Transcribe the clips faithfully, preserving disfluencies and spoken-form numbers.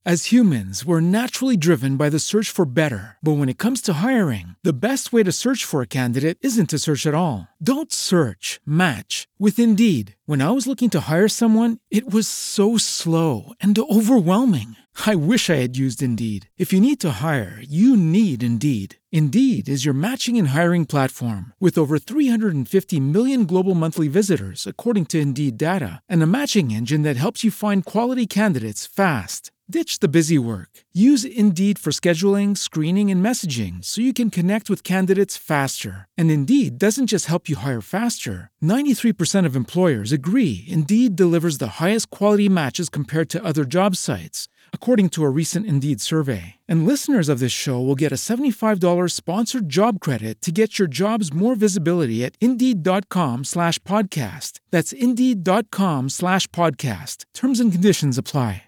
As humans, we're naturally driven by the search for better. But when it comes to hiring, the best way to search for a candidate isn't to search at all. Don't search, match with Indeed. When I was looking to hire someone, it was so slow and overwhelming. I wish I had used Indeed. If you need to hire, you need Indeed. Indeed is your matching and hiring platform with over three hundred fifty million global monthly visitors, according to Indeed data, and a matching engine that helps you find quality candidates fast. Ditch the busy work. Use Indeed for scheduling, screening, and messaging so you can connect with candidates faster. And Indeed doesn't just help you hire faster. ninety-three percent of employers agree Indeed delivers the highest quality matches compared to other job sites, according to a recent Indeed survey. And listeners of this show will get a seventy-five dollars sponsored job credit to get your jobs more visibility at Indeed.com slash podcast. That's Indeed.com slash podcast. Terms and conditions apply.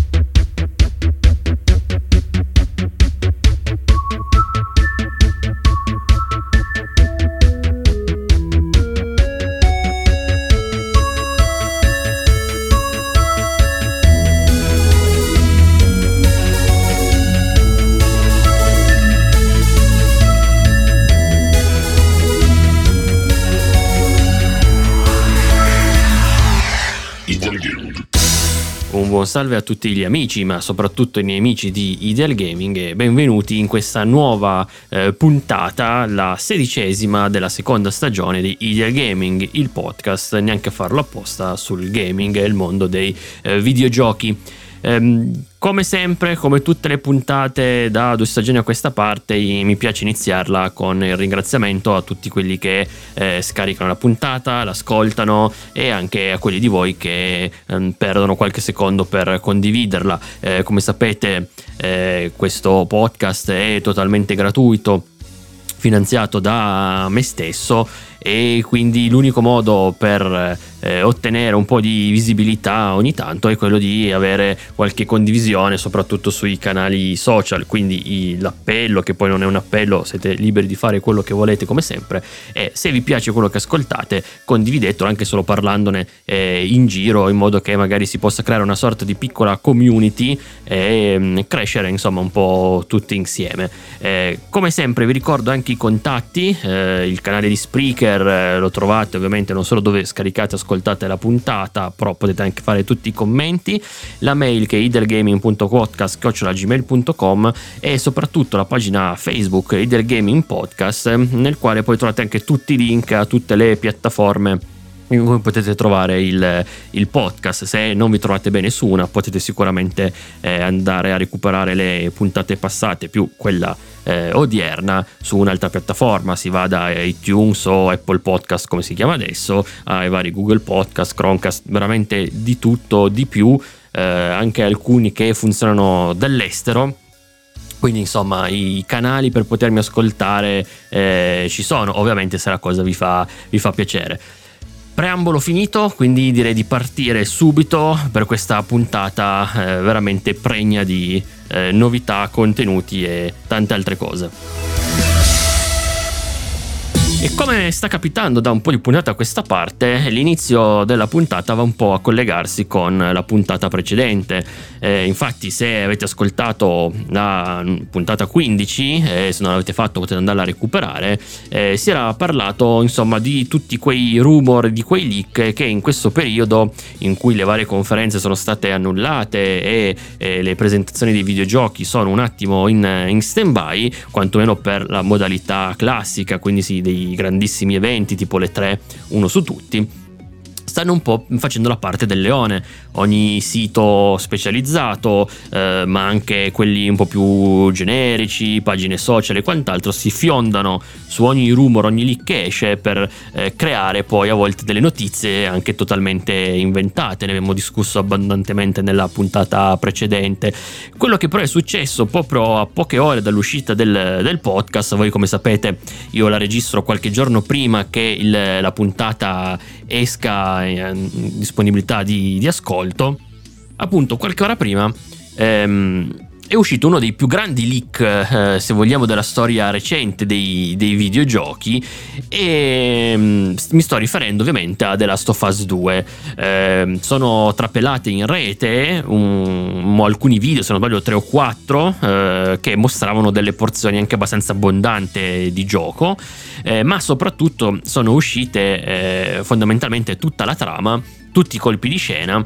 Un buon salve a tutti gli amici, ma soprattutto i miei amici di Ideal Gaming, e benvenuti in questa nuova eh, puntata, la sedicesima della seconda stagione di Ideal Gaming, il podcast, neanche a farlo apposta, sul gaming e il mondo dei eh, videogiochi. Ehm, come sempre, come tutte le puntate da due stagioni a questa parte, mi piace iniziarla con il ringraziamento a tutti quelli che eh, scaricano la puntata, l'ascoltano, e anche a quelli di voi che eh, perdono qualche secondo per condividerla. Eh, come sapete, eh, questo podcast è totalmente gratuito, finanziato da me stesso, e quindi l'unico modo per eh, ottenere un po' di visibilità ogni tanto è quello di avere qualche condivisione, soprattutto sui canali social. Quindi i, l'appello, che poi non è un appello, siete liberi di fare quello che volete come sempre, e se vi piace quello che ascoltate, condividetelo anche solo parlandone eh, in giro, in modo che magari si possa creare una sorta di piccola community e mh, crescere insomma un po' tutti insieme. Eh, come sempre vi ricordo anche i contatti, eh, il canale di Spreaker lo trovate ovviamente non solo dove scaricate e ascoltate la puntata, però potete anche fare tutti i commenti, la mail che è idealgaming punto podcast chiocciola gmail punto com, e soprattutto la pagina Facebook Ideal Gaming Podcast, nel quale poi trovate anche tutti i link a tutte le piattaforme in cui potete trovare il, il podcast. Se non vi trovate bene su una, potete sicuramente eh, andare a recuperare le puntate passate più quella eh, odierna su un'altra piattaforma. Si va da iTunes o Apple Podcast, come si chiama adesso, ai vari Google Podcast, Chromecast, veramente di tutto, di più, eh, anche alcuni che funzionano dall'estero. Quindi insomma i canali per potermi ascoltare eh, ci sono, ovviamente se la cosa vi fa, vi fa piacere. Preambolo finito, quindi direi di partire subito per questa puntata eh, veramente pregna di eh, novità, contenuti e tante altre cose. E come sta capitando da un po' di puntata a questa parte, l'inizio della puntata va un po' a collegarsi con la puntata precedente. Eh, infatti, se avete ascoltato la puntata quindici, eh, se non l'avete fatto potete andarla a recuperare, eh, si era parlato insomma di tutti quei rumor, di quei leak che in questo periodo in cui le varie conferenze sono state annullate e eh, le presentazioni dei videogiochi sono un attimo in, in stand-by, quantomeno per la modalità classica, quindi sì, dei grandissimi eventi tipo le tre, uno su tutti, stanno un po' facendo la parte del leone. Ogni sito specializzato, eh, ma anche quelli un po' più generici, pagine social e quant'altro, si fiondano su ogni rumor, ogni leak che esce, per eh, creare poi a volte delle notizie anche totalmente inventate. Ne abbiamo discusso abbondantemente nella puntata precedente. Quello che però è successo proprio a poche ore dall'uscita del, del podcast, voi come sapete io la registro qualche giorno prima che il, la puntata esca in disponibilità di, di ascolto, appunto qualche ora prima ehm, è è uscito uno dei più grandi leak, eh, se vogliamo, della storia recente dei, dei videogiochi, e mh, mi sto riferendo ovviamente a The Last of Us due. Eh, sono trapelate in rete un, alcuni video, se non sbaglio tre o quattro, eh, che mostravano delle porzioni anche abbastanza abbondanti di gioco, eh, ma soprattutto sono uscite eh, fondamentalmente tutta la trama, tutti i colpi di scena,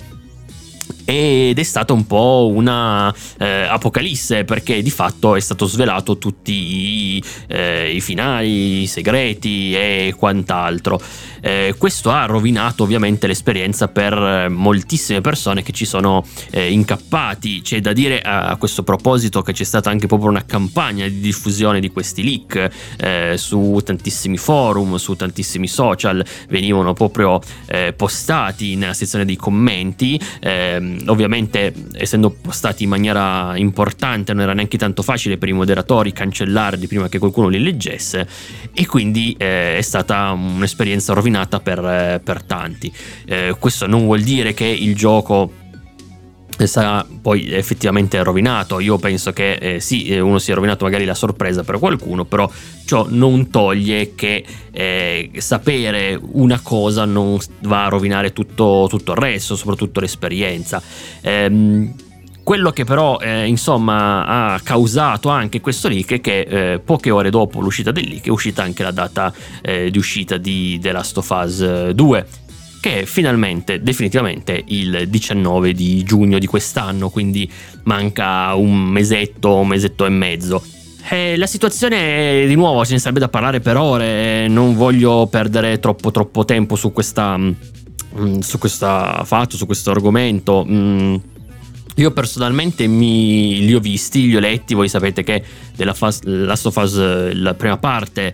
ed è stata un po' una eh, apocalisse, perché di fatto è stato svelato tutti i, eh, i finali, i segreti e quant'altro. Eh, questo ha rovinato ovviamente l'esperienza per moltissime persone che ci sono eh, incappati. C'è da dire a questo proposito che c'è stata anche proprio una campagna di diffusione di questi leak eh, su tantissimi forum, su tantissimi social, venivano proprio eh, postati nella sezione dei commenti. Eh, ovviamente, essendo postati in maniera importante, non era neanche tanto facile per i moderatori cancellarli prima che qualcuno li leggesse, e quindi eh, è stata un'esperienza rovinata per, eh, per tanti. Eh, questo non vuol dire che il gioco sarà poi effettivamente rovinato. Io penso che eh, sì, uno si è rovinato magari la sorpresa per qualcuno, però ciò non toglie che eh, sapere una cosa non va a rovinare tutto, tutto il resto, soprattutto l'esperienza. Ehm, Quello che però eh, insomma ha causato anche questo leak è che eh, poche ore dopo l'uscita del leak è uscita anche la data eh, di uscita di The Last of Us due, che è finalmente, definitivamente, il diciannove di giugno di quest'anno, quindi manca un mesetto, un mesetto e mezzo. Eh, la situazione, di nuovo, ce ne sarebbe da parlare per ore, eh, non voglio perdere troppo troppo tempo su questa mh, su questo fatto, su questo argomento. Mh, Io personalmente mi, li ho visti, li ho letti. Voi sapete che della Last of Us, la prima parte,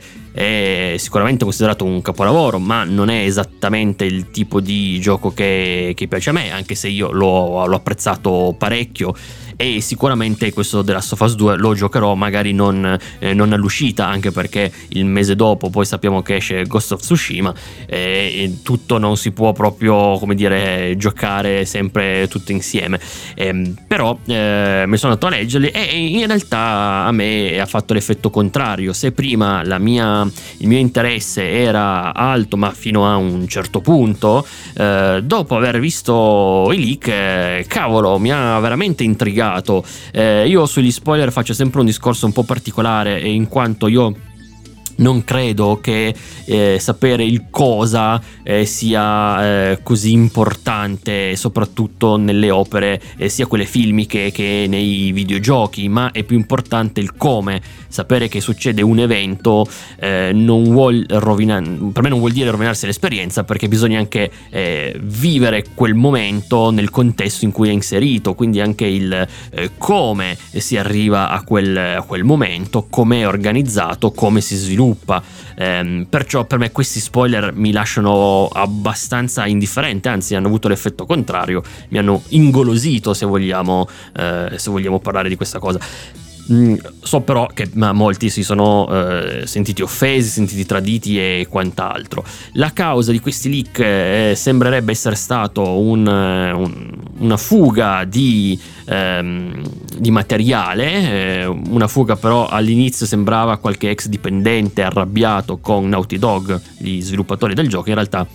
è sicuramente considerato un capolavoro, ma non è esattamente il tipo di gioco che, che piace a me, anche se io l'ho, l'ho apprezzato parecchio. E sicuramente questo The Last of Us due lo giocherò, magari non, eh, non all'uscita, anche perché il mese dopo poi sappiamo che esce Ghost of Tsushima, eh, e tutto non si può proprio, come dire, giocare sempre tutto insieme. Eh, però eh, mi sono andato a leggerli e in realtà a me ha fatto l'effetto contrario. Se prima la mia, il mio interesse era alto, ma fino a un certo punto, eh, dopo aver visto i leak, eh, cavolo, mi ha veramente intrigato. Eh, io sugli spoiler faccio sempre un discorso un po' particolare, in quanto io non credo che eh, sapere il cosa eh, sia eh, così importante, soprattutto nelle opere, eh, sia quelle filmiche che nei videogiochi, ma è più importante il come. Sapere che succede un evento eh, non vuol rovinare, per me non vuol dire rovinarsi l'esperienza, perché bisogna anche eh, vivere quel momento nel contesto in cui è inserito, quindi anche il eh, come si arriva a quel, a quel momento, come è organizzato, come si sviluppa. Eh, perciò per me questi spoiler mi lasciano abbastanza indifferente, anzi hanno avuto l'effetto contrario, mi hanno ingolosito, se vogliamo, eh, se vogliamo parlare di questa cosa. Mm, so però che ma molti si sono eh, sentiti offesi, sentiti traditi e quant'altro. La causa di questi leak eh, sembrerebbe essere stato un, un, una fuga di, ehm, di materiale, eh, una fuga però all'inizio sembrava qualche ex dipendente arrabbiato con Naughty Dog, gli sviluppatori del gioco. In realtà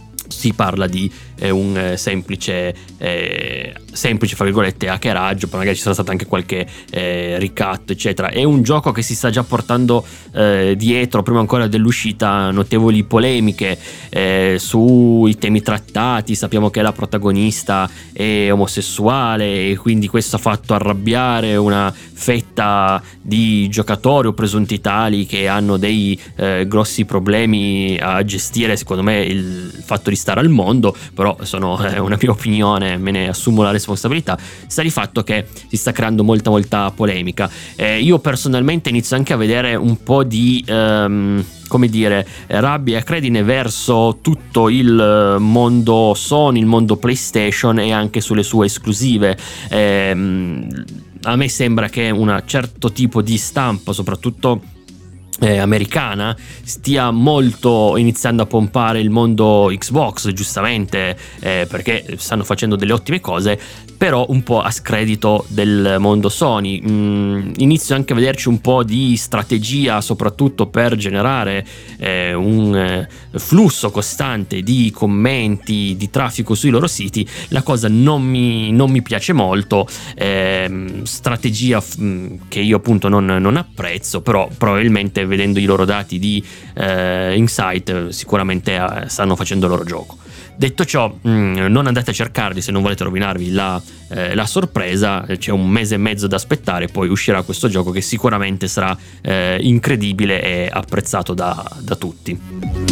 si parla di eh, un eh, semplice eh, semplice fra virgolette hackeraggio, poi magari ci sarà stato anche qualche eh, ricatto eccetera. È un gioco che si sta già portando eh, dietro, prima ancora dell'uscita, notevoli polemiche eh, sui temi trattati. Sappiamo che la protagonista è omosessuale e quindi questo ha fatto arrabbiare una fetta di giocatori o presunti tali che hanno dei eh, grossi problemi a gestire, secondo me, il fatto di stare al mondo. Però sono eh, una mia opinione, me ne assumo la responsabilità. Sta di fatto che si sta creando molta molta polemica. Eh, io personalmente inizio anche a vedere un po' di ehm, come dire, rabbia e credine verso tutto il mondo Sony, il mondo PlayStation e anche sulle sue esclusive. Eh, a me sembra che un certo tipo di stampa, soprattutto Eh, americana stia molto iniziando a pompare il mondo Xbox, giustamente, eh, perché stanno facendo delle ottime cose, però un po' a scredito del mondo Sony. Mm, inizio anche a vederci un po' di strategia, soprattutto per generare eh, un eh, flusso costante di commenti, di traffico sui loro siti. La cosa non mi, non mi piace molto, eh, strategia f- che io appunto non, non apprezzo, però probabilmente vedendo i loro dati di eh, Insight sicuramente eh, stanno facendo il loro gioco. Detto ciò, mh, non andate a cercarli se non volete rovinarvi la, eh, la sorpresa. C'è un mese e mezzo da aspettare, poi uscirà questo gioco che sicuramente sarà eh, incredibile e apprezzato da, da tutti.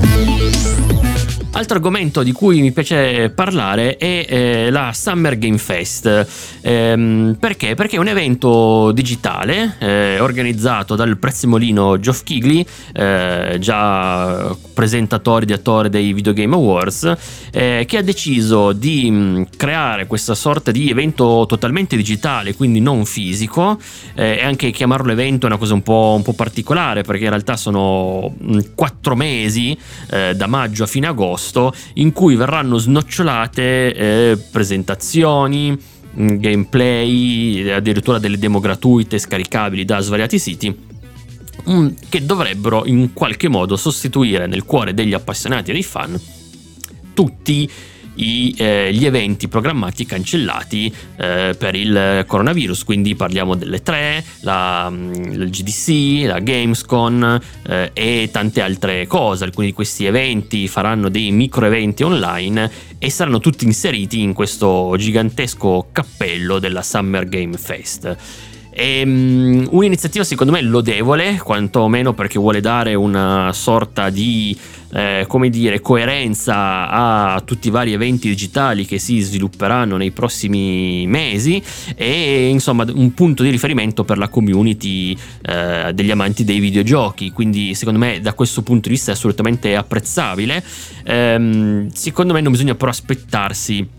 Altro argomento di cui mi piace parlare è eh, la Summer Game Fest. Ehm, perché? Perché è un evento digitale eh, organizzato dal prezzemolino Geoff Keighley, eh, già presentatore di attore dei Video Game Awards, eh, che ha deciso di mh, creare questa sorta di evento totalmente digitale, quindi non fisico, eh, e anche chiamarlo evento è una cosa un po', un po' particolare, perché in realtà sono mh, quattro mesi, eh, da maggio a fine agosto, in cui verranno snocciolate eh, presentazioni, gameplay, addirittura delle demo gratuite scaricabili da svariati siti, mh, che dovrebbero in qualche modo sostituire nel cuore degli appassionati e dei fan tutti I, eh, gli eventi programmati cancellati eh, per il coronavirus. Quindi parliamo delle tre, la, il G D C, la Gamescom eh, e tante altre cose. Alcuni di questi eventi faranno dei micro eventi online e saranno tutti inseriti in questo gigantesco cappello della Summer Game Fest. È um, un'iniziativa secondo me lodevole, quantomeno perché vuole dare una sorta di eh, come dire coerenza a tutti i vari eventi digitali che si svilupperanno nei prossimi mesi, e insomma un punto di riferimento per la community eh, degli amanti dei videogiochi. Quindi secondo me da questo punto di vista è assolutamente apprezzabile. Ehm, secondo me non bisogna però aspettarsi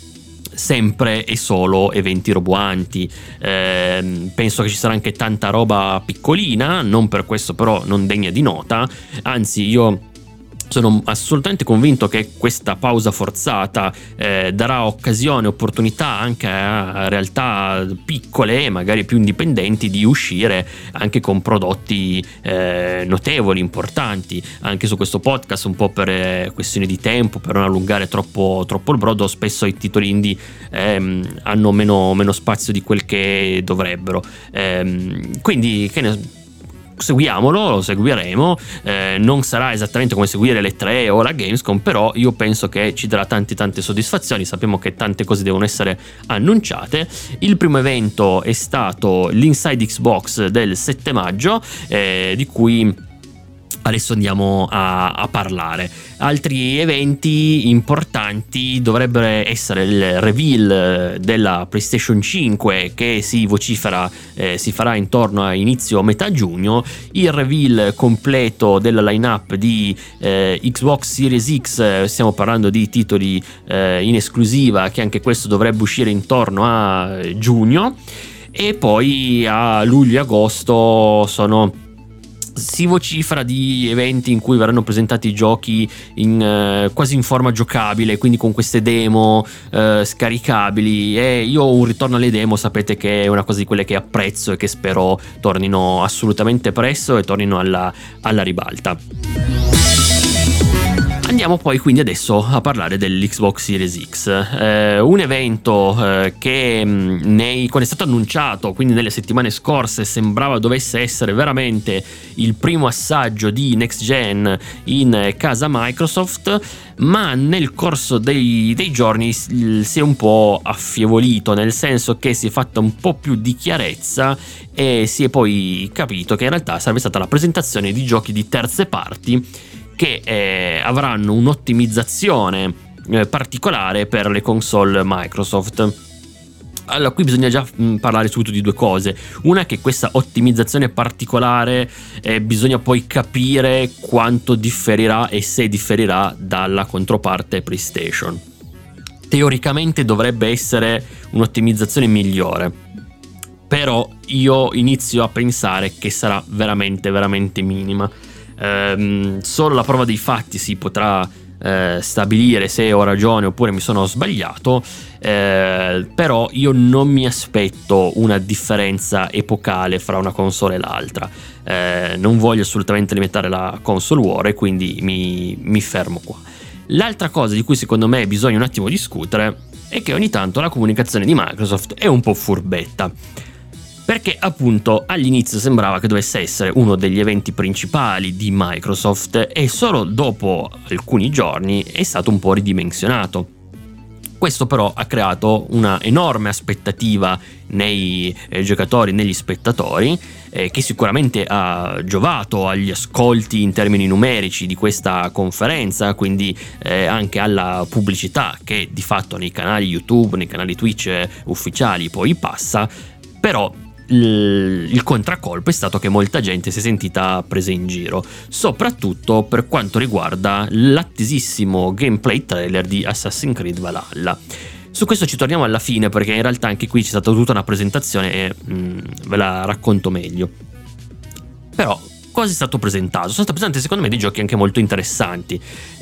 sempre e solo eventi roboanti. Eh, penso che ci sarà anche tanta roba piccolina, non per questo però non degna di nota. Anzi, io sono assolutamente convinto che questa pausa forzata eh, darà occasione, opportunità anche a realtà piccole, magari più indipendenti, di uscire anche con prodotti eh, notevoli, importanti. Anche su questo podcast, un po' per eh, questioni di tempo, per non allungare troppo, troppo il brodo, spesso i titoli indie ehm, hanno meno, meno spazio di quel che dovrebbero. Ehm, quindi che ne seguiamolo, lo seguiremo, eh, non sarà esattamente come seguire le tre o la Gamescom, però io penso che ci darà tante tante soddisfazioni. Sappiamo che tante cose devono essere annunciate. Il primo evento è stato l'Inside Xbox del sette maggio, eh, di cui adesso andiamo a, a parlare. Altri eventi importanti dovrebbero essere il reveal della PlayStation cinque, che si vocifera eh, si farà intorno a inizio metà giugno, il reveal completo della lineup di eh, Xbox Series X. Stiamo parlando di titoli eh, in esclusiva, che anche questo dovrebbe uscire intorno a giugno, e poi a luglio e agosto sono si vocifera di eventi in cui verranno presentati i giochi in, eh, quasi in forma giocabile, quindi con queste demo eh, scaricabili. E io un ritorno alle demo sapete che è una cosa di quelle che apprezzo e che spero tornino assolutamente presto e tornino alla, alla ribalta. Andiamo poi quindi adesso a parlare dell'Xbox Series X, eh, un evento eh, che mh, nei, quando è stato annunciato, quindi nelle settimane scorse, sembrava dovesse essere veramente il primo assaggio di next gen in casa Microsoft, ma nel corso dei, dei giorni si è un po' affievolito, nel senso che si è fatta un po' più di chiarezza e si è poi capito che in realtà sarebbe stata la presentazione di giochi di terze parti che eh, avranno un'ottimizzazione eh, particolare per le console Microsoft. Allora, qui bisogna già mh, parlare subito di due cose. Una è che questa ottimizzazione particolare eh, bisogna poi capire quanto differirà e se differirà dalla controparte PlayStation. Teoricamente dovrebbe essere un'ottimizzazione migliore, però io inizio a pensare che sarà veramente veramente minima. Ehm, solo la prova dei fatti si potrà eh, stabilire se ho ragione oppure mi sono sbagliato, eh, però io non mi aspetto una differenza epocale fra una console e l'altra. Eh, non voglio assolutamente limitare la console war e quindi mi, mi fermo qua. L'altra cosa di cui secondo me bisogna un attimo discutere è che ogni tanto la comunicazione di Microsoft è un po' furbetta, perché appunto all'inizio sembrava che dovesse essere uno degli eventi principali di Microsoft e solo dopo alcuni giorni è stato un po' ridimensionato. Questo però ha creato una enorme aspettativa nei eh, giocatori, negli spettatori, eh, che sicuramente ha giovato agli ascolti in termini numerici di questa conferenza, quindi eh, anche alla pubblicità che di fatto nei canali YouTube, nei canali Twitch eh, ufficiali poi passa. Però il contraccolpo è stato che molta gente si è sentita presa in giro, soprattutto per quanto riguarda l'attesissimo gameplay trailer di Assassin's Creed Valhalla. Su questo ci torniamo alla fine, perché in realtà anche qui c'è stata tutta una presentazione e mh, ve la racconto meglio. Però cosa è stato presentato? Sono stati presentati secondo me dei giochi anche molto interessanti.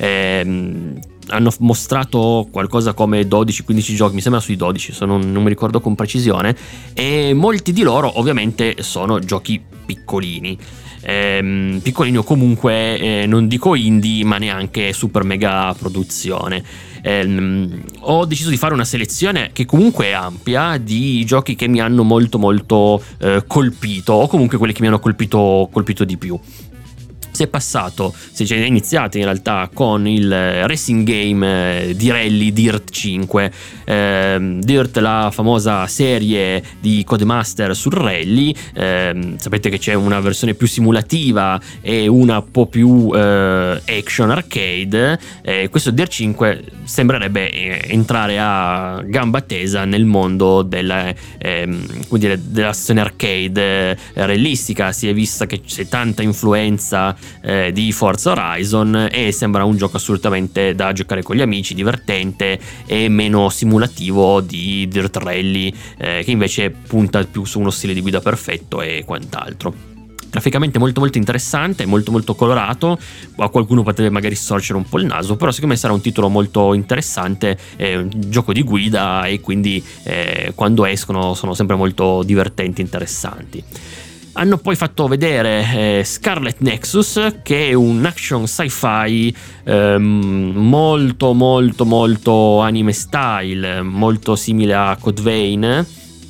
Ehm, hanno mostrato qualcosa come dodici quindici giochi, mi sembra sui dodici, se non, non mi ricordo con precisione, e molti di loro ovviamente sono giochi piccolini. Ehm, piccolini o comunque eh, non dico indie, ma neanche super mega produzione. Ehm, ho deciso di fare una selezione che comunque è ampia di giochi che mi hanno molto molto eh, colpito, o comunque quelli che mi hanno colpito, colpito di più. Si è passato, si è iniziato in realtà con il racing game di rally Dirt cinque. eh, Dirt, la famosa serie di Codemaster sul rally. Eh, sapete che c'è una versione più simulativa e una un po' più eh, action arcade. Eh, questo Dirt cinque sembrerebbe entrare a gamba tesa nel mondo della, eh, come dire, della sezione arcade realistica. Si è vista che c'è tanta influenza Eh, di Forza Horizon e sembra un gioco assolutamente da giocare con gli amici, divertente e meno simulativo di Dirt Rally, eh, che invece punta più su uno stile di guida perfetto e quant'altro. Graficamente molto molto interessante, molto molto colorato. A qualcuno potrebbe magari storcere un po' il naso, però secondo me sarà un titolo molto interessante, eh, un gioco di guida, e quindi eh, quando escono sono sempre molto divertenti e interessanti. Hanno poi fatto vedere eh, Scarlet Nexus, che è un action sci-fi ehm, molto molto molto anime style, molto simile a Code Vein.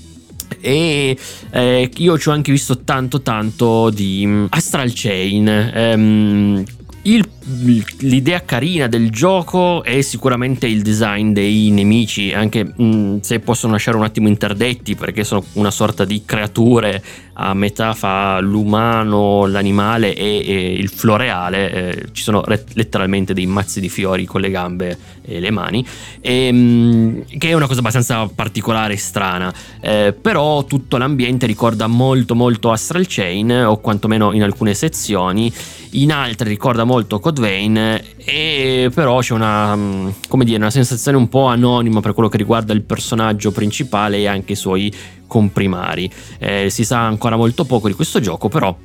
E eh, io ci ho anche visto tanto tanto di Astral Chain. ehm, Il, l'idea carina del gioco è sicuramente il design dei nemici, anche mh, se possono lasciare un attimo interdetti, perché sono una sorta di creature a metà fra l'umano, l'animale e, e il floreale. Eh, ci sono re- letteralmente dei mazzi di fiori con le gambe e le mani, e, mh, che è una cosa abbastanza particolare e strana. Eh, però tutto l'ambiente ricorda molto molto Astral Chain, o quantomeno in alcune sezioni. In altre ricorda molto Code Vein, e però c'è una, come dire, una sensazione un po' anonima per quello che riguarda il personaggio principale e anche i suoi comprimari. Eh, si sa ancora molto poco di questo gioco, però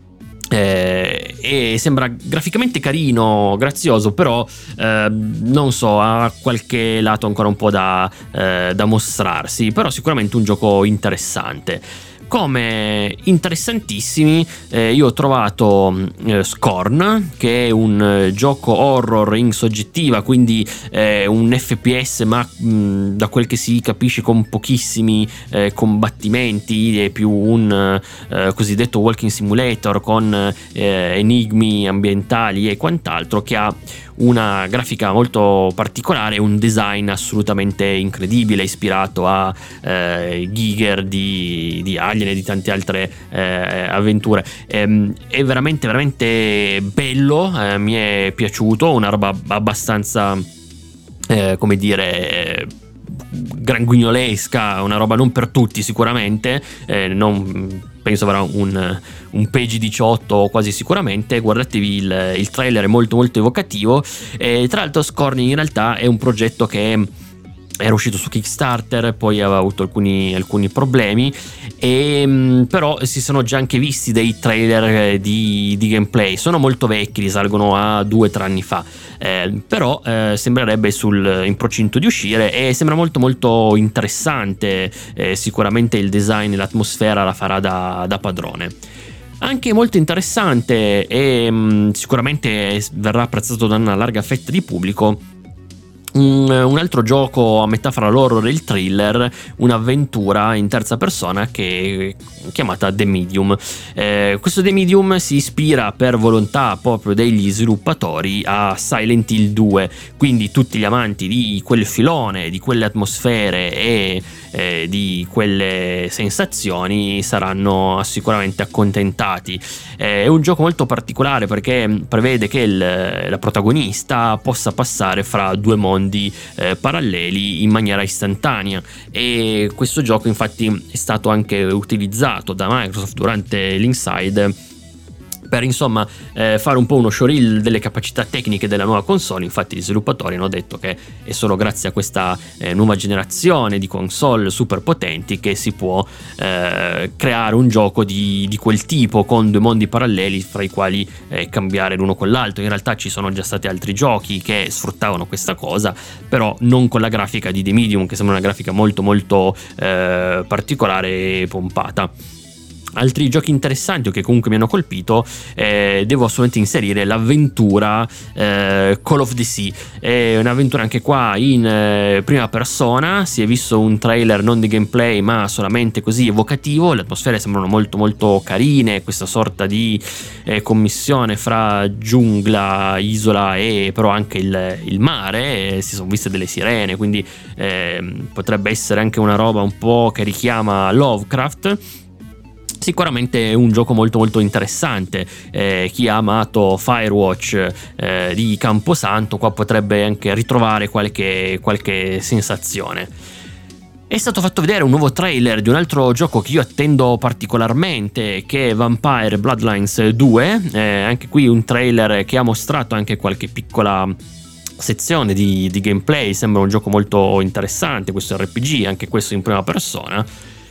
eh, e sembra graficamente carino, grazioso, però eh, non so, ha qualche lato ancora un po' da, eh, da mostrarsi, però sicuramente un gioco interessante. Come interessantissimi eh, io ho trovato eh, Scorn, che è un eh, gioco horror in soggettiva, quindi eh, un F P S, ma mh, da quel che si capisce con pochissimi eh, combattimenti, è più un eh, cosiddetto walking simulator con eh, enigmi ambientali e quant'altro, che ha una grafica molto particolare e un design assolutamente incredibile, ispirato a eh, Giger di, di Alien e di tante altre eh, avventure. Ehm, è veramente veramente bello, eh, mi è piaciuto, una roba abbastanza eh, come dire granguignolesca, una roba non per tutti sicuramente, eh, non penso avrà un, un page diciotto quasi sicuramente. Guardatevi il, il trailer, è molto molto evocativo. E tra l'altro Scorn in realtà è un progetto che era uscito su Kickstarter, poi aveva avuto alcuni, alcuni problemi, E, però si sono già anche visti dei trailer di, di gameplay, sono molto vecchi, risalgono a due o tre anni fa, eh, però eh, sembrerebbe sul, in procinto di uscire e sembra molto molto interessante, eh, sicuramente il design e l'atmosfera la farà da, da padrone. Anche molto interessante e mh, sicuramente verrà apprezzato da una larga fetta di pubblico Un, un altro gioco a metà fra l'horror e il thriller, un'avventura in terza persona che è chiamata The Medium. Eh, questo The Medium si ispira per volontà proprio degli sviluppatori a Silent Hill due, quindi tutti gli amanti di quel filone, di quelle atmosfere e eh, di quelle sensazioni saranno sicuramente accontentati. Eh, è un gioco molto particolare perché prevede che il, la protagonista possa passare fra due mondi Eh, paralleli in maniera istantanea, e questo gioco infatti è stato anche utilizzato da Microsoft durante l'Inside per insomma eh, fare un po' uno showreel delle capacità tecniche della nuova console. Infatti gli sviluppatori hanno detto che è solo grazie a questa eh, nuova generazione di console super potenti che si può eh, creare un gioco di, di quel tipo, con due mondi paralleli fra i quali eh, cambiare l'uno con l'altro. In realtà ci sono già stati altri giochi che sfruttavano questa cosa, però non con la grafica di The Medium, che sembra una grafica molto molto eh, particolare e pompata. Altri giochi interessanti o che comunque mi hanno colpito, eh, devo assolutamente inserire l'avventura eh, Call of the Sea. È un'avventura anche qua in eh, prima persona, si è visto un trailer non di gameplay ma solamente così evocativo, le atmosfere sembrano molto molto carine, questa sorta di eh, commissione fra giungla, isola e però anche il, il mare, eh, si sono viste delle sirene, quindi eh, potrebbe essere anche una roba un po' che richiama Lovecraft. Sicuramente è un gioco molto molto interessante, eh, chi ha amato Firewatch eh, di Camposanto qua potrebbe anche ritrovare qualche, qualche sensazione. È stato fatto vedere un nuovo trailer di un altro gioco che io attendo particolarmente, che è Vampire Bloodlines due, eh, anche qui un trailer che ha mostrato anche qualche piccola sezione di, di gameplay, sembra un gioco molto interessante, questo R P G, anche questo in prima persona.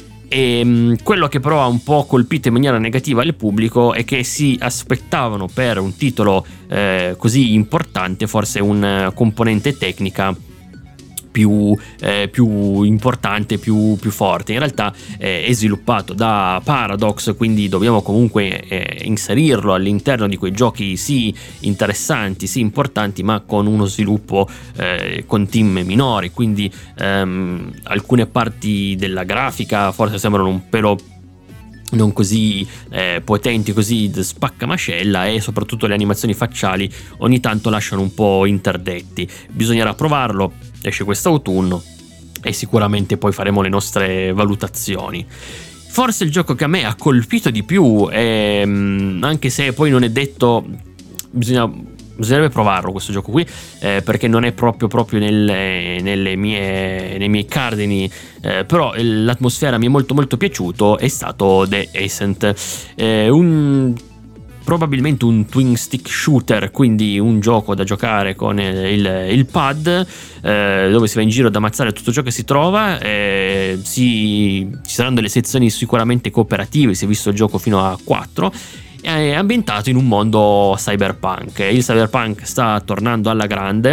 E mh, quello che però ha un po' colpito in maniera negativa il pubblico è che si aspettavano per un titolo eh, così importante forse una componente tecnica più, eh, più importante, più, più forte. In realtà eh, è sviluppato da Paradox, quindi dobbiamo comunque eh, inserirlo all'interno di quei giochi sì interessanti, sì importanti, ma con uno sviluppo eh, con team minori, quindi ehm, alcune parti della grafica forse sembrano un pelo non così eh, potenti, così spaccamascella, e soprattutto le animazioni facciali ogni tanto lasciano un po' interdetti. Bisognerà provarlo, esce quest'autunno e sicuramente poi faremo le nostre valutazioni. Forse il gioco che a me ha colpito di più, è, anche se poi non è detto, bisogna bisognerebbe provarlo questo gioco qui, eh, perché non è proprio proprio nelle, nelle mie, nei miei cardini, eh, però l'atmosfera mi è molto molto piaciuto, è stato The Ascent, eh, un probabilmente un twin stick shooter, quindi un gioco da giocare con il, il pad, eh, dove si va in giro ad ammazzare tutto ciò che si trova. Eh, si, ci saranno delle sezioni sicuramente cooperative, si è visto il gioco fino a quattro. È ambientato in un mondo cyberpunk. Il cyberpunk sta tornando alla grande,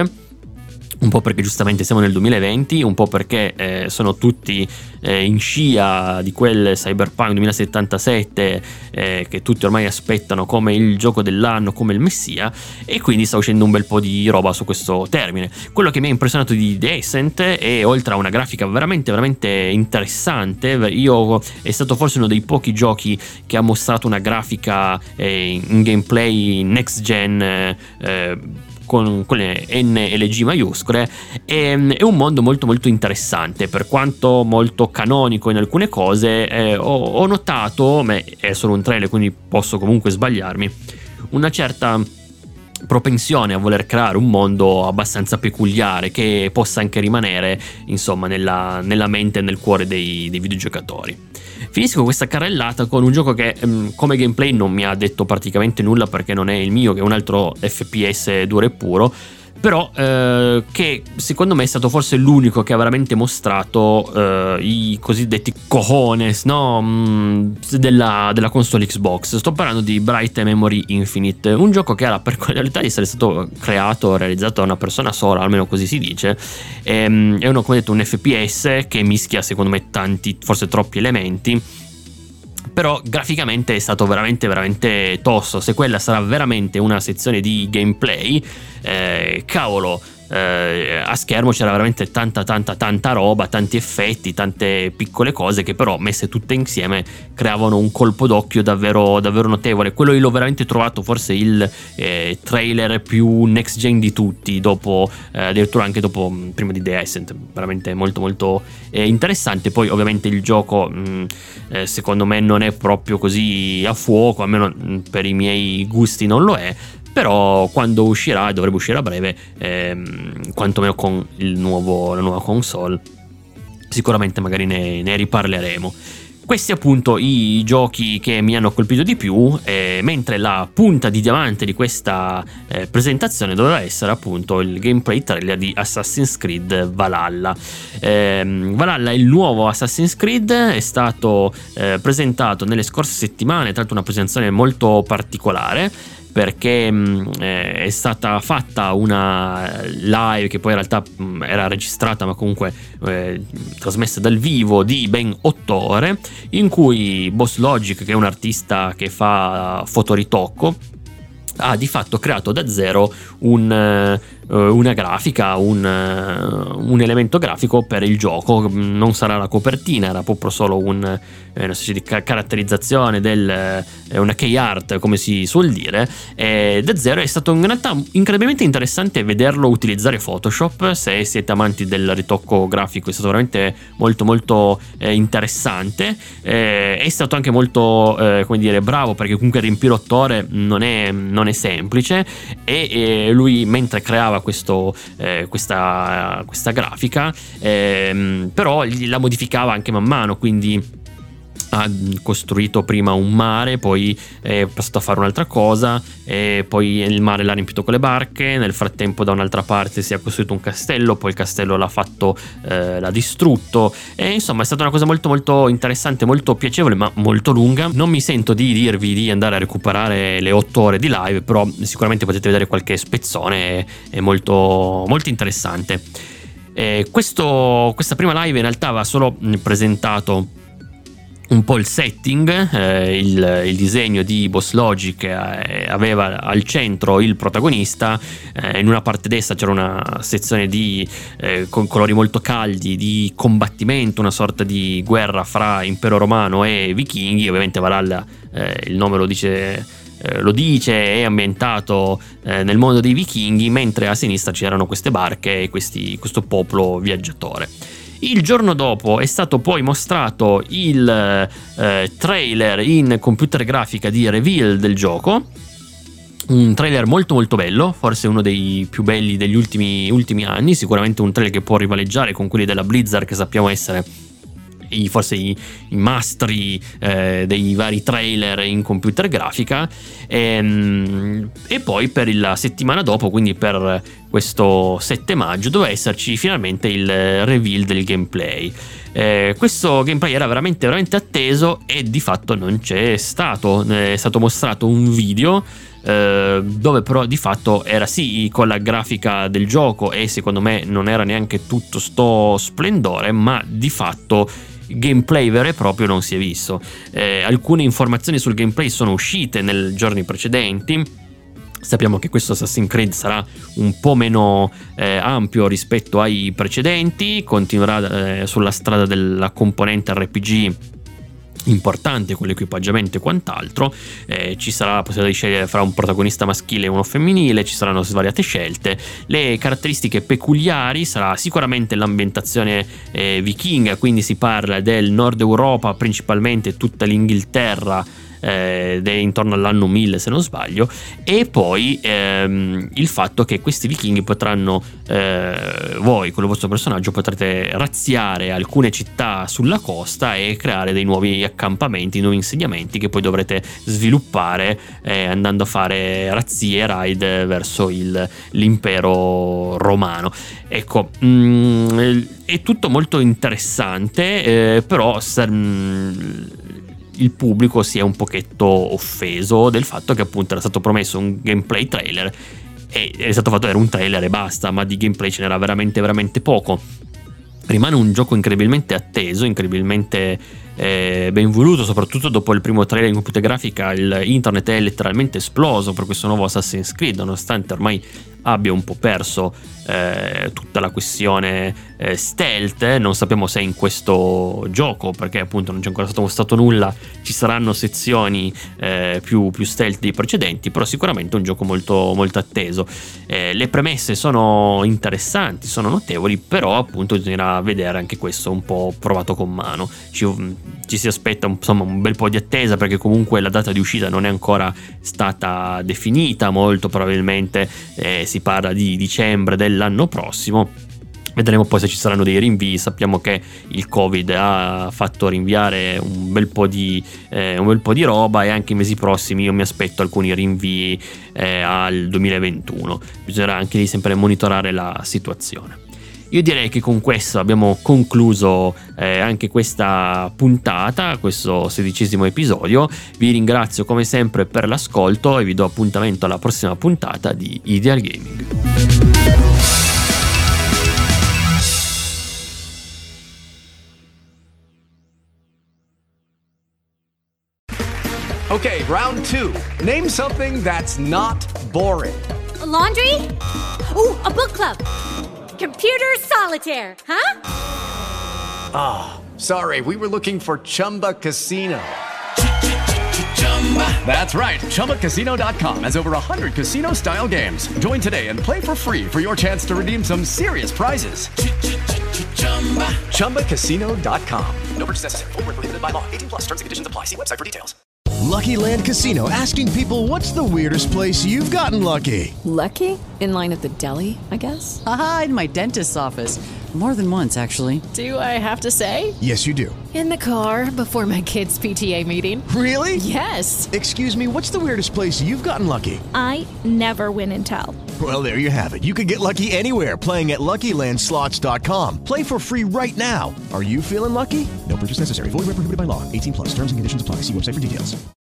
un po' perché giustamente siamo nel duemilaventi, un po' perché eh, sono tutti eh, in scia di quel Cyberpunk duemilasettantasette eh, che tutti ormai aspettano come il gioco dell'anno, come il messia, e quindi sta uscendo un bel po' di roba su questo termine. Quello che mi ha impressionato di The Ascent è, oltre a una grafica veramente veramente interessante, io è stato forse uno dei pochi giochi che ha mostrato una grafica eh, in gameplay next gen, eh, con, con le N e le G maiuscole, e, è un mondo molto molto interessante, per quanto molto canonico in alcune cose. eh, ho, ho notato, ma è solo un trailer quindi posso comunque sbagliarmi, una certa propensione a voler creare un mondo abbastanza peculiare che possa anche rimanere insomma nella, nella mente e nel cuore dei, dei videogiocatori. Finisco questa carrellata con un gioco che um, come gameplay non mi ha detto praticamente nulla, perché non è il mio, che è un altro F P S duro e puro, però eh, che secondo me è stato forse l'unico che ha veramente mostrato eh, i cosiddetti cojones, no? mm, della, della console Xbox. Sto parlando di Bright Memory Infinite, un gioco che ha la peculiarità di essere stato creato, realizzato da una persona sola, almeno così si dice. Ehm, è uno, come detto, un F P S che mischia secondo me tanti, forse troppi elementi, però graficamente è stato veramente veramente tosto. Se quella sarà veramente una sezione di gameplay, eh, cavolo, eh, a schermo c'era veramente tanta tanta tanta roba, tanti effetti, tante piccole cose che però messe tutte insieme creavano un colpo d'occhio davvero davvero notevole. Quello io l'ho veramente trovato forse il eh, trailer più next gen di tutti, dopo eh, addirittura anche dopo prima di The Ascent, veramente molto molto eh, interessante. Poi ovviamente il gioco mh, eh, secondo me non è proprio così a fuoco, almeno mh, per i miei gusti non lo è, però quando uscirà, dovrebbe uscire a breve, ehm, quantomeno con il nuovo, la nuova console, sicuramente magari ne, ne riparleremo. Questi appunto i giochi che mi hanno colpito di più, eh, mentre la punta di diamante di questa eh, presentazione doveva essere appunto il gameplay trailer di Assassin's Creed Valhalla. Eh, Valhalla è il nuovo Assassin's Creed, è stato eh, presentato nelle scorse settimane, tra l'altro una presentazione molto particolare, perché mh, è stata fatta una live che poi in realtà mh, era registrata ma comunque eh, trasmessa dal vivo di ben otto ore, in cui Boss Logic, che è un artista che fa fotoritocco, ha di fatto creato da zero un, uh, una grafica, un, uh, un elemento grafico per il gioco. Non sarà la copertina, era proprio solo un, eh, una specie di ca- caratterizzazione del, eh, una key art, come si suol dire, e da zero. È stato in realtà incredibilmente interessante vederlo utilizzare Photoshop. Se siete amanti del ritocco grafico, è stato veramente molto molto eh, interessante. Eh, è stato anche molto eh, come dire bravo, perché comunque riempire otto ore non è, non è semplice, e, e lui mentre creava questo, eh, questa, questa grafica eh, però la modificava anche man mano, quindi ha costruito prima un mare, poi è passato a fare un'altra cosa, e poi il mare l'ha riempito con le barche. Nel frattempo da un'altra parte si è costruito un castello, poi il castello l'ha fatto eh, l'ha distrutto, e insomma è stata una cosa molto molto interessante, molto piacevole ma molto lunga. Non mi sento di dirvi di andare a recuperare le otto ore di live, però sicuramente potete vedere qualche spezzone, è molto molto interessante. E questo, questa prima live in realtà aveva solo presentato un po' il setting, eh, il, il disegno di Boss Logic eh, aveva al centro il protagonista, eh, in una parte destra c'era una sezione di eh, con colori molto caldi di combattimento, una sorta di guerra fra impero romano e vichinghi. Ovviamente Valhalla, eh, il nome lo dice eh, lo dice, è ambientato eh, nel mondo dei vichinghi, mentre a sinistra c'erano queste barche e questi, questo popolo viaggiatore. Il giorno dopo è stato poi mostrato il eh, trailer in computer grafica di reveal del gioco, un trailer molto molto bello, forse uno dei più belli degli ultimi, ultimi anni, sicuramente un trailer che può rivaleggiare con quelli della Blizzard, che sappiamo essere I, forse i, i mastri eh, dei vari trailer in computer grafica. E, e poi per la settimana dopo, quindi per questo sette maggio, doveva esserci finalmente il reveal del gameplay. Eh, questo gameplay era veramente veramente atteso e di fatto non c'è stato. È stato mostrato un video eh, dove però di fatto era sì con la grafica del gioco, e secondo me non era neanche tutto sto splendore, ma di fatto gameplay vero e proprio non si è visto. Eh, alcune informazioni sul gameplay sono uscite nei giorni precedenti. Sappiamo che questo Assassin's Creed sarà un po' meno eh, ampio rispetto ai precedenti, continuerà eh, sulla strada della componente R P G importante con l'equipaggiamento e quant'altro. Eh, ci sarà la possibilità di scegliere fra un protagonista maschile e uno femminile, ci saranno svariate scelte. Le caratteristiche peculiari sarà sicuramente l'ambientazione eh, vichinga, quindi si parla del nord Europa, principalmente tutta l'Inghilterra eh, ed è intorno all'anno mille se non sbaglio, e poi ehm, il fatto che questi vichinghi potranno, eh, voi con il vostro personaggio potrete razziare alcune città sulla costa e creare dei nuovi accampamenti, nuovi insediamenti che poi dovrete sviluppare eh, andando a fare razzie e raid verso il, l'impero romano. Ecco, mh, è tutto molto interessante, eh, però ser- mh, il pubblico si è un pochetto offeso del fatto che appunto era stato promesso un gameplay trailer e è stato fatto vedere un trailer e basta, ma di gameplay ce n'era veramente veramente poco. Rimane un gioco incredibilmente atteso, incredibilmente eh, ben voluto, soprattutto dopo il primo trailer in computer grafica. Il internet è letteralmente esploso per questo nuovo Assassin's Creed, nonostante ormai abbia un po' perso eh, tutta la questione eh, stealth. Non sappiamo se in questo gioco, perché appunto non c'è ancora stato mostrato nulla, ci saranno sezioni eh, più, più stealth dei precedenti, però sicuramente un gioco molto, molto atteso. Eh, le premesse sono interessanti, sono notevoli, però appunto bisognerà vedere anche questo un po' provato con mano. Ci, ci si aspetta insomma un bel po' di attesa, perché comunque la data di uscita non è ancora stata definita, molto probabilmente eh, si parla di dicembre dell'anno prossimo. Vedremo poi se ci saranno dei rinvii. Sappiamo che il Covid ha fatto rinviare un bel po' di, eh, un bel po' di roba, e anche i mesi prossimi io mi aspetto alcuni rinvii eh, al duemilaventuno. Bisognerà anche lì sempre monitorare la situazione. Io direi che con questo abbiamo concluso eh, anche questa puntata, questo sedicesimo episodio. Vi ringrazio come sempre per l'ascolto e vi do appuntamento alla prossima puntata di Ideal Gaming. Okay, round two. Name something that's not boring. A laundry? Ooh, a book club. Computer solitaire, huh? Ah, oh, sorry, we were looking for Chumba Casino. That's right, Chumba Casino dot com has over one hundred casino-style games. Join today and play for free for your chance to redeem some serious prizes. Chumba Casino dot com. No purchase necessary. Void where prohibited by law. eighteen plus. Terms and conditions apply. See website for details. Lucky Land Casino, asking people, what's the weirdest place you've gotten lucky? Lucky? In line at the deli, I guess? Aha, in my dentist's office. More than once, actually. Do I have to say? Yes, you do. In the car before my kids' P T A meeting. Really? Yes. Excuse me, what's the weirdest place you've gotten lucky? I never win and tell. Well, there you have it. You can get lucky anywhere, playing at Lucky Land Slots dot com. Play for free right now. Are you feeling lucky? No purchase necessary. Void where prohibited by law. eighteen plus. Terms and conditions apply. See website for details.